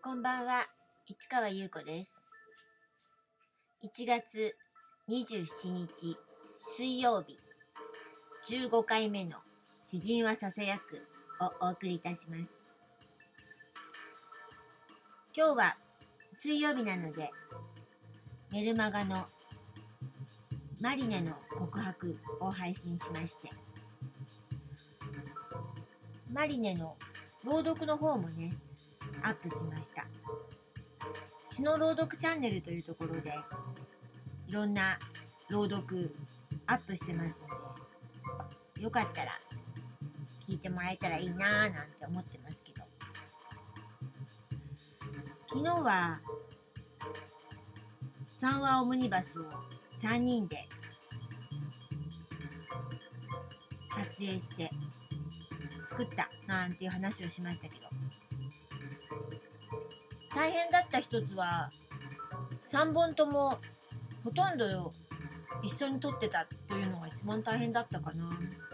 こんばんは、市川優子です。1月27日水曜日、15回目の詩人はささやくをお送りいたします。今日は水曜日なので、メルマガのマリネの告白を配信しまして、マリネの朗読の方もね、アップしました。詩の朗読チャンネルというところでいろんな朗読アップしてますので、よかったら聞いてもらえたらいいなぁなんて思ってますけど、昨日は3話オムニバスを3人で撮影して作ったなんていう話をしましたけど、大変だった一つは3本ともほとんど一緒に撮ってたというのが一番大変だったかな。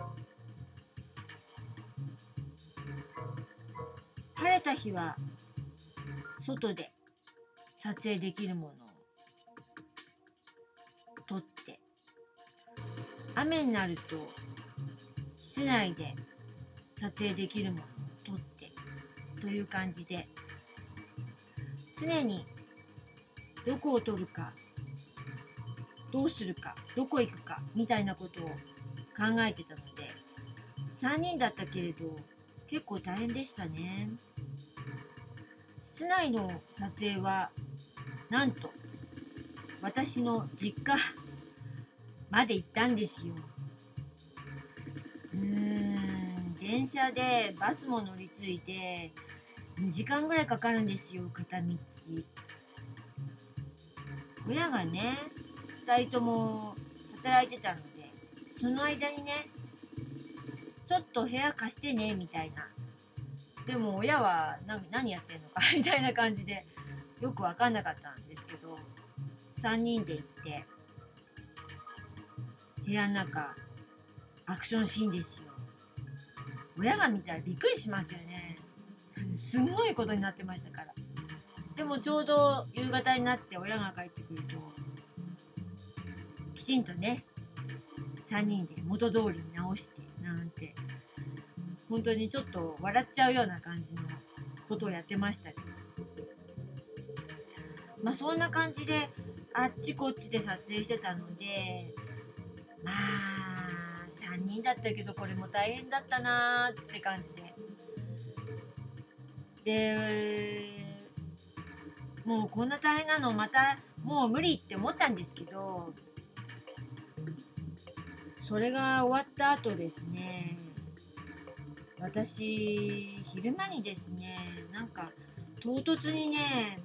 晴れた日は外で撮影できるものを撮って、雨になると室内で撮影できるものを撮ってという感じで、常にどこを撮るか、どうするか、どこ行くかみたいなことを考えてたので、3人だったけれど結構大変でしたね。室内の撮影はなんと私の実家まで行ったんですよ。電車でバスも乗り継いで2時間ぐらいかかるんですよ、片道。親がね、2人とも働いてたので、その間にね、ちょっと部屋貸してねみたいな。でも親は何やってんのかみたいな感じでよく分かんなかったんですけど、3人で行って部屋の中アクションシーンですよ。親が見たらびっくりしますよね。すんごいことになってましたから。でもちょうど夕方になって親が帰ってくると、きちんとね3人で元通りに直してなんて、本当にちょっと笑っちゃうような感じのことをやってましたけど、そんな感じであっちこっちで撮影してたので、3人だったけどこれも大変だったなーって感じで、もうこんな大変なのまたもう無理って思ったんですけど、それが終わった後ですね、私昼間にですね、唐突にね、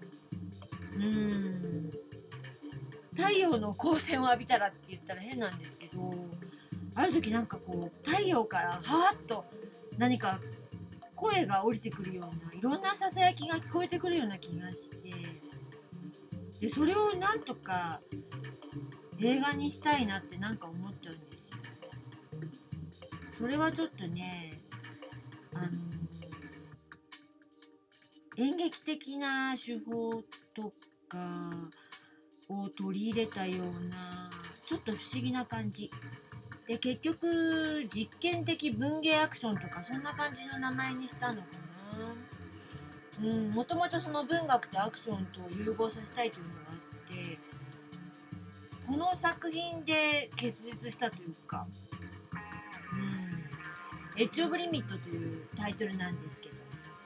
太陽の光線を浴びたらって言ったら変なんですけど、ある時太陽からはーっと何か声が降りてくるような、いろんなささやきが聞こえてくるような気がして、でそれをなんとか映画にしたいなって思ったんですよ。それはちょっとね、演劇的な手法とかを取り入れたようなちょっと不思議な感じで、結局実験的文芸アクションとかそんな感じの名前にしたのかな。もともとその文学とアクションと融合させたいというのがあって、この作品で結実したというか、エッジオブリミットというタイトルなんですけど、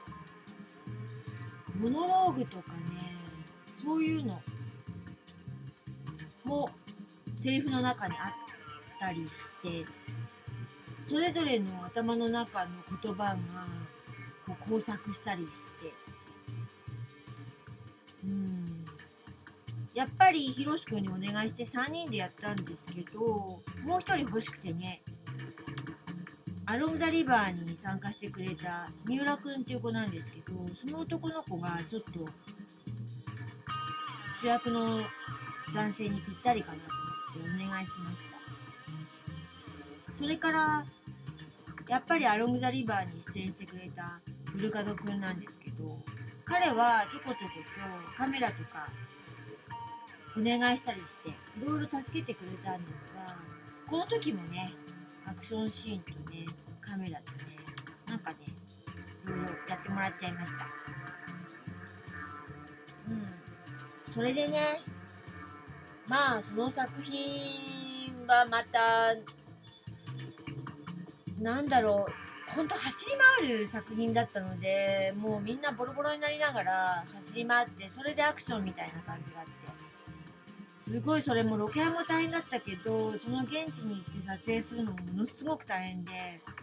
モノローグとかね、そういうのもセリフの中にあったりして、それぞれの頭の中の言葉が交錯したりして、やっぱりひろしくんにお願いして3人でやったんですけど、もう一人欲しくてね、アロンザリバーに参加してくれた三浦くんっていう子なんですけど、その男の子がちょっと主役の男性にぴったりかなと思ってお願いしました。それからやっぱりアロングザリバーに出演してくれた古門くんなんですけど、 彼はちょこちょことカメラとかお願いしたりしていろいろ助けてくれたんですが、この時もねアクションシーンとねカメラとねなんかねいろいろやってもらっちゃいました。それでね、まあその作品はまたなんだろう、ほんと走り回る作品だったので、もうみんなボロボロになりながら走り回って、それでアクションみたいな感じがあって、すごいそれもロケハンも大変だったけど、その現地に行って撮影するのもものすごく大変で、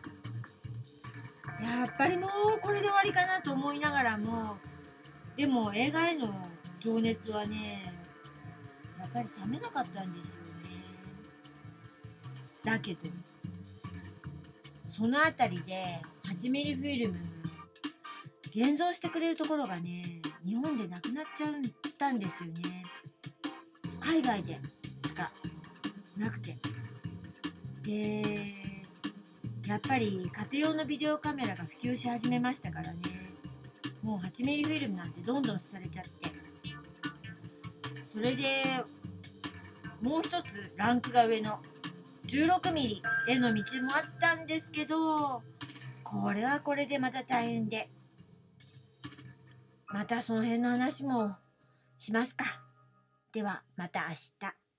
やっぱりもうこれで終わりかなと思いながらも、でも映画への情熱はねやっぱり冷めなかったんですよね。だけどそのあたりで8ミリフィルム現像してくれるところがね日本でなくなっちゃったんですよね。海外でしかなくて、でやっぱり家庭用のビデオカメラが普及し始めましたからね、もう8ミリフィルムなんてどんどんされちゃって、それでもう一つランクが上の16ミリへの道もあったんですけど、これはこれでまた大変で、またその辺の話もしますか。ではまた明日。